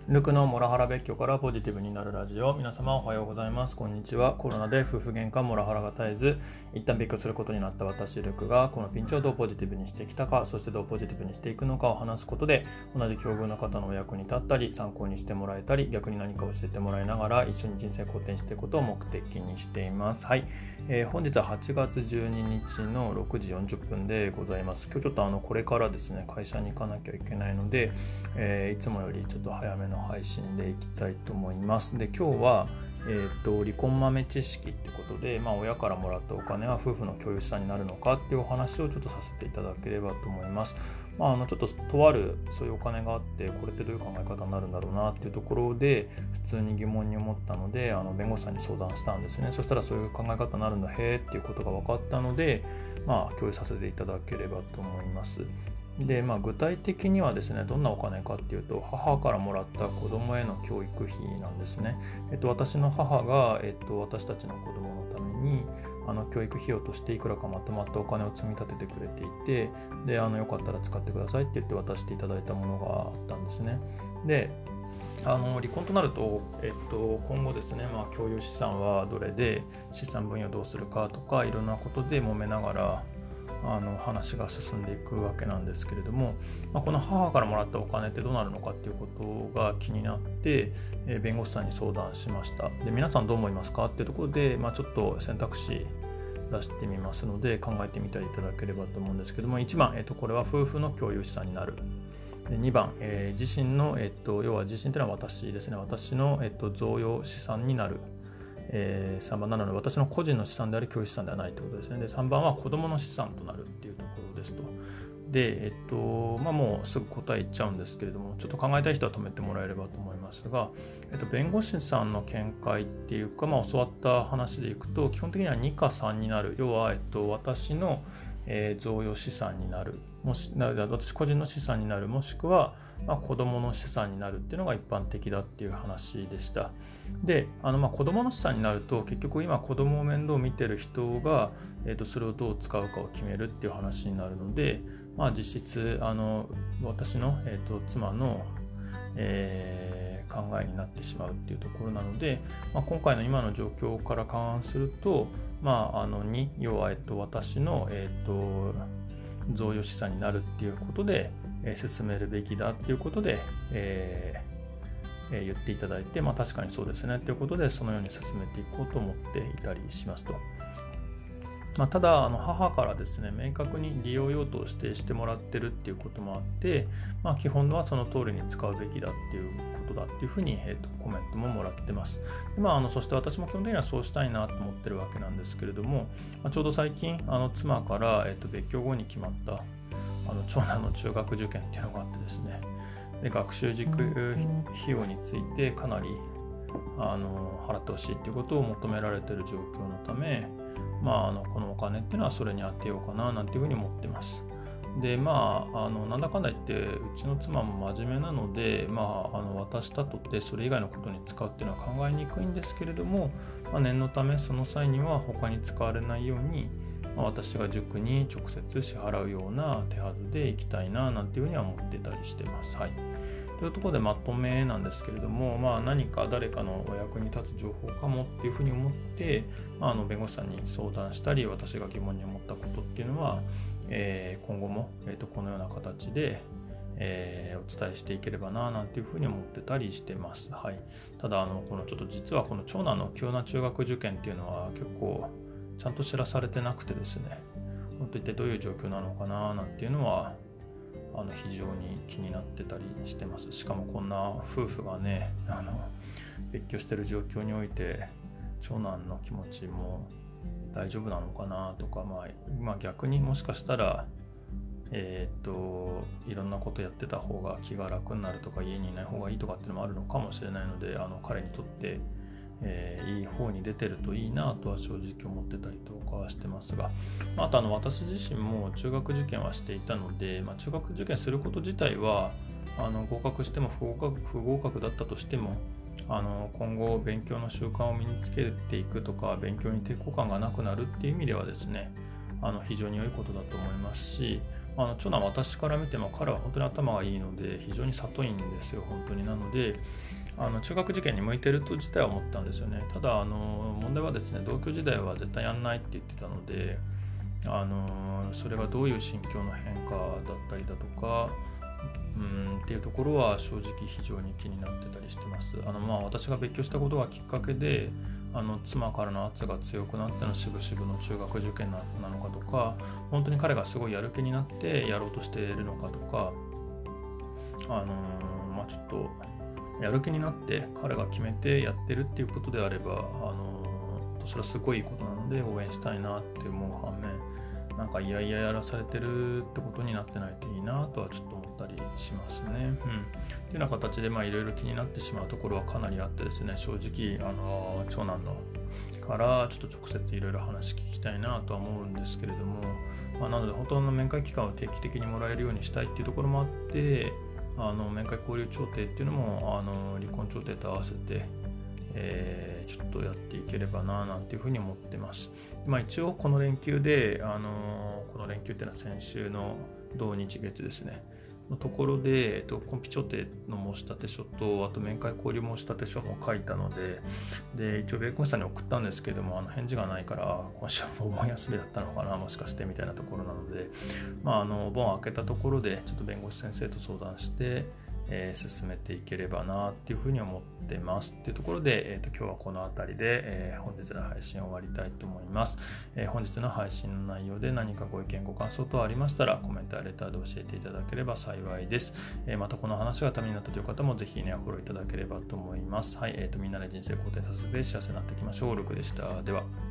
ルクのモラハラ別居からポジティブになるラジオ。皆様おはようございます。こんにちは。コロナで夫婦喧嘩モラハラが絶えず一旦別居することになった私ルクがこのピンチをどうポジティブにしてきたか、そしてどうポジティブにしていくのかを話すことで、同じ境遇の方のお役に立ったり参考にしてもらえたり、逆に何か教えてもらいながら一緒に人生好転していくことを目的にしています。はい、本日は8月12日の6時40分でございます。今日ちょっとこれからですね、会社に行かなきゃいけないので、いつもよりちょっと早めの配信でいきたいと思います。で、今日は、離婚豆知識ってことで、親からもらったお金は夫婦の共有資産になるのかっていうお話をちょっとさせていただければと思います。ちょっととあるそういうお金があって、これってどういう考え方になるんだろうなっていうところで普通に疑問に思ったので、弁護士さんに相談したんですね。そしたらそういう考え方になるんだ、へーっていうことが分かったので、共有させていただければと思います。で、具体的にはですね、どんなお金かっていうと、母からもらった子供への教育費なんですね。私の母が、私たちの子供のために教育費用としていくらかまとまったお金を積み立ててくれていて、で、よかったら使ってくださいって言って渡していただいたものがあったんですね。で、離婚となると、今後ですね、共有資産はどれで資産分与どうするかとか、いろんなことで揉めながら話が進んでいくわけなんですけれども、この母からもらったお金ってどうなるのかっていうことが気になって、弁護士さんに相談しました。で、皆さんどう思いますかっていうところで、ちょっと選択肢出してみますので考えてみていただければと思うんですけども、1番、これは夫婦の共有資産になる。で、2番、自身の、要は自身というのは私ですね。私の、贈与資産になる。3番なので私の個人の資産であり共有資産ではないということですね。で、3番は子どもの資産となるっていうところですと。で、もうすぐ答え言っちゃうんですけれども、ちょっと考えたい人は止めてもらえればと思いますが、弁護士さんの見解っていうか、教わった話でいくと、基本的には2か3になる。要は、私の贈与資産になる、私個人の資産になる、もしくは、子どもの資産になるっていうのが一般的だっていう話でした。で、子どもの資産になると結局今子どもを面倒見てる人が、それをどう使うかを決めるっていう話になるので、実質私の、妻の、考えになってしまうっていうところなので、今回の今の状況から勘案すると、2、要は、私の、贈与資産になるっていうことで、進めるべきだっていうことで、言っていただいて、確かにそうですねということでそのように進めていこうと思っていたりしますと。ただ母からですね、明確に利用用途を指定してもらってるっていうこともあって、基本はその通りに使うべきだっていうことだっていうふうに、コメントももらってます。で、そして私も基本的にはそうしたいなと思ってるわけなんですけれども、ちょうど最近妻から、別居後に決まった長男の中学受験っていうのがあってですね、で、学習塾費用についてかなり払ってほしいということを求められている状況のため、このお金っていうのはそれに当てようかななんていうふうに思ってます。で、なんだかんだ言ってうちの妻も真面目なので、渡したとってそれ以外のことに使うっていうのは考えにくいんですけれども、念のためその際には他に使われないように、私が塾に直接支払うような手はずでいきたいななんていうふうには思ってたりしてます。はい。というところでまとめなんですけれども、何か誰かのお役に立つ情報かもっていうふうに思って、弁護士さんに相談したり、私が疑問に思ったことっていうのは、今後も、このような形で、お伝えしていければななんていうふうに思ってたりしてます。はい。ただちょっと実はこの長男の急な中学受験っていうのは結構ちゃんと知らされてなくてですね、本当に一体どういう状況なのかななんていうのは非常に気になってたりしてます。しかもこんな夫婦がね、別居してる状況において長男の気持ちも大丈夫なのかなとか、逆にもしかしたらいろんなことやってた方が気が楽になるとか、家にいない方がいいとかっていうのもあるのかもしれないので、彼にとっていい方に出てるといいなとは正直思ってたりとかはしてますが、あと私自身も中学受験はしていたので、中学受験すること自体は合格しても不合格だったとしても今後勉強の習慣を身につけていくとか、勉強に抵抗感がなくなるっていう意味ではですね、非常に良いことだと思いますし、 長男、私から見ても彼は本当に頭がいいので非常に里いんですよ、本当に。なので中学受験に向いてると自体は思ったんですよね。ただ問題はですね、同居時代は絶対やんないって言ってたので、それがどういう心境の変化だったりだとかっていうところは正直非常に気になってたりしてます。私が別居したことがきっかけで妻からの圧が強くなってのしぶしぶの中学受験なのかとか、本当に彼がすごいやる気になってやろうとしているのかとか、ちょっとやる気になって彼が決めてやってるっていうことであればそれはすごいいいことなので応援したいなって思う反面、なんかいやいややらされてるってことになってないといいなとはちょっと思ったりしますね。っていうような形でいろいろ気になってしまうところはかなりあってですね、正直長男のからちょっと直接いろいろ話聞きたいなとは思うんですけれども、なので本当の面会期間を定期的にもらえるようにしたいっていうところもあって、面会交流調停っていうのも離婚調停と合わせて、ちょっとやっていければななんていうふうに思ってます。一応この連休で、この連休っていうのは先週の土日月ですねのところで、コンピ調停の申立書と、あと面会交流申立書も書いたので、一応弁護士さんに送ったんですけども、返事がないから、今週はお盆休みだったのかな、もしかしてみたいなところなので、お盆明けたところで、ちょっと弁護士先生と相談して、進めていければなっていうふうに思ってますっていうところで、今日はこの辺りで、本日の配信を終わりたいと思います。本日の配信の内容で何かご意見ご感想等ありましたらコメントやレターで教えていただければ幸いです。またこの話がためになったという方もぜひねフォローいただければと思います。はい、みんなで人生好転させて幸せになっていきましょう。ルクでした。では。